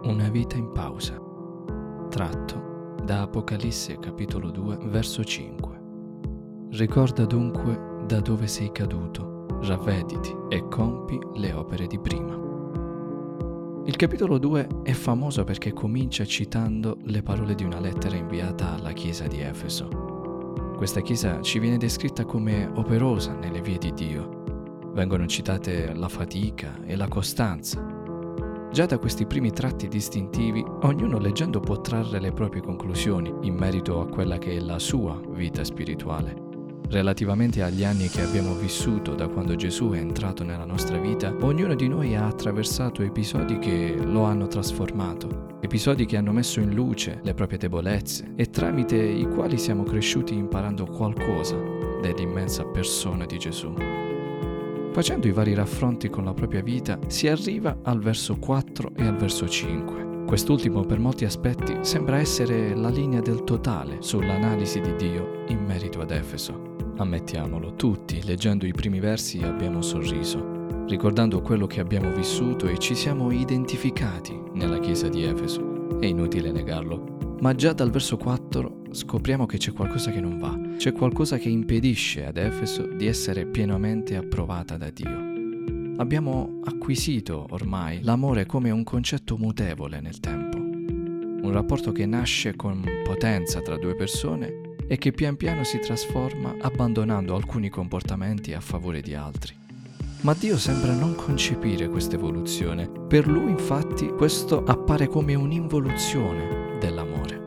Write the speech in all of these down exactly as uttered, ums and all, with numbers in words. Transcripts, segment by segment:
Una vita in pausa. Tratto da Apocalisse capitolo due verso cinque. Ricorda dunque da dove sei caduto, ravvediti e compi le opere di prima. Il capitolo due è famoso perché comincia citando le parole di una lettera inviata alla chiesa di Efeso. Questa chiesa ci viene descritta come operosa nelle vie di Dio. Vengono citate la fatica e la costanza. Già da questi primi tratti distintivi, ognuno leggendo può trarre le proprie conclusioni in merito a quella che è la sua vita spirituale. Relativamente agli anni che abbiamo vissuto da quando Gesù è entrato nella nostra vita, ognuno di noi ha attraversato episodi che lo hanno trasformato, episodi che hanno messo in luce le proprie debolezze e tramite i quali siamo cresciuti imparando qualcosa dell'immensa persona di Gesù. Facendo i vari raffronti con la propria vita, si arriva al verso quattro e al verso cinque. Quest'ultimo, per molti aspetti, sembra essere la linea del totale sull'analisi di Dio in merito ad Efeso. Ammettiamolo, tutti, leggendo i primi versi, abbiamo sorriso, ricordando quello che abbiamo vissuto e ci siamo identificati nella chiesa di Efeso. È inutile negarlo. Ma già dal verso quattro scopriamo che c'è qualcosa che non va, c'è qualcosa che impedisce ad Efeso di essere pienamente approvata da Dio. Abbiamo acquisito ormai l'amore come un concetto mutevole nel tempo, un rapporto che nasce con potenza tra due persone e che pian piano si trasforma abbandonando alcuni comportamenti a favore di altri. Ma Dio sembra non concepire questa evoluzione. Per Lui, infatti, questo appare come un'involuzione dell'amore.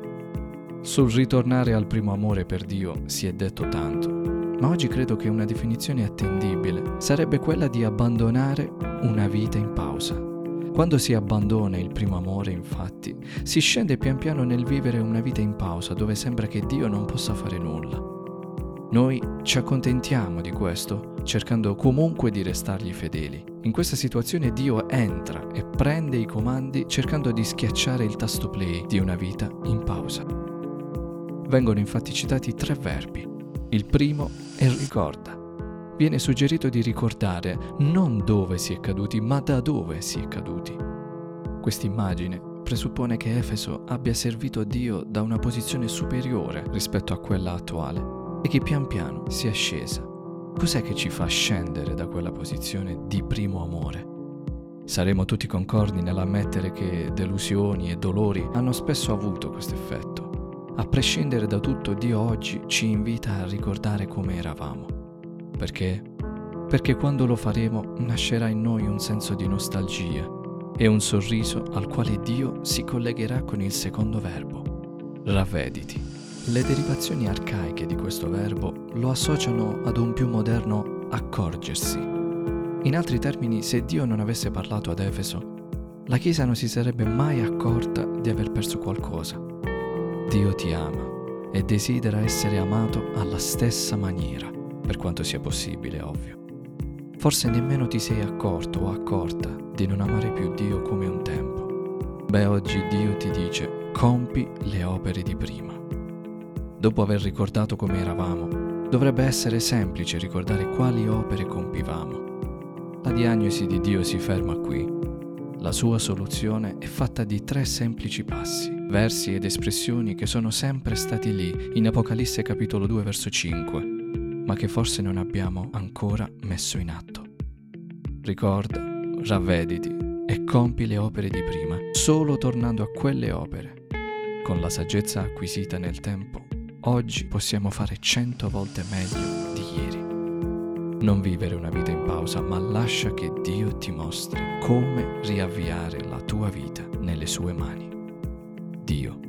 Sul ritornare al primo amore per Dio si è detto tanto, ma oggi credo che una definizione attendibile sarebbe quella di abbandonare una vita in pausa. Quando si abbandona il primo amore, infatti, si scende pian piano nel vivere una vita in pausa dove sembra che Dio non possa fare nulla. Noi ci accontentiamo di questo, cercando comunque di restargli fedeli. In questa situazione Dio entra e prende i comandi cercando di schiacciare il tasto play di una vita in pausa. Vengono infatti citati tre verbi. Il primo è ricorda. Viene suggerito di ricordare non dove si è caduti, ma da dove si è caduti. Quest'immagine presuppone che Efeso abbia servito Dio da una posizione superiore rispetto a quella attuale e che pian piano sia scesa. Cos'è che ci fa scendere da quella posizione di primo amore? Saremo tutti concordi nell'ammettere che delusioni e dolori hanno spesso avuto questo effetto. A prescindere da tutto, Dio oggi ci invita a ricordare come eravamo. Perché? Perché quando lo faremo nascerà in noi un senso di nostalgia e un sorriso al quale Dio si collegherà con il secondo verbo, ravvediti. Le derivazioni arcaiche di questo verbo lo associano ad un più moderno accorgersi. In altri termini, se Dio non avesse parlato ad Efeso, la Chiesa non si sarebbe mai accorta di aver perso qualcosa. Dio ti ama e desidera essere amato alla stessa maniera, per quanto sia possibile, ovvio. Forse nemmeno ti sei accorto o accorta di non amare più Dio come un tempo. Beh, oggi Dio ti dice: compi le opere di prima. Dopo aver ricordato come eravamo, dovrebbe essere semplice ricordare quali opere compivamo. La diagnosi di Dio si ferma qui. La sua soluzione è fatta di tre semplici passi, versi ed espressioni che sono sempre stati lì in Apocalisse capitolo due verso cinque, ma che forse non abbiamo ancora messo in atto. Ricorda, ravvediti e compi le opere di prima, solo tornando a quelle opere. Con la saggezza acquisita nel tempo, oggi possiamo fare cento volte meglio di ieri. Non vivere una vita in pausa, ma lascia che Dio ti mostri come riavviare la tua vita nelle sue mani. Dio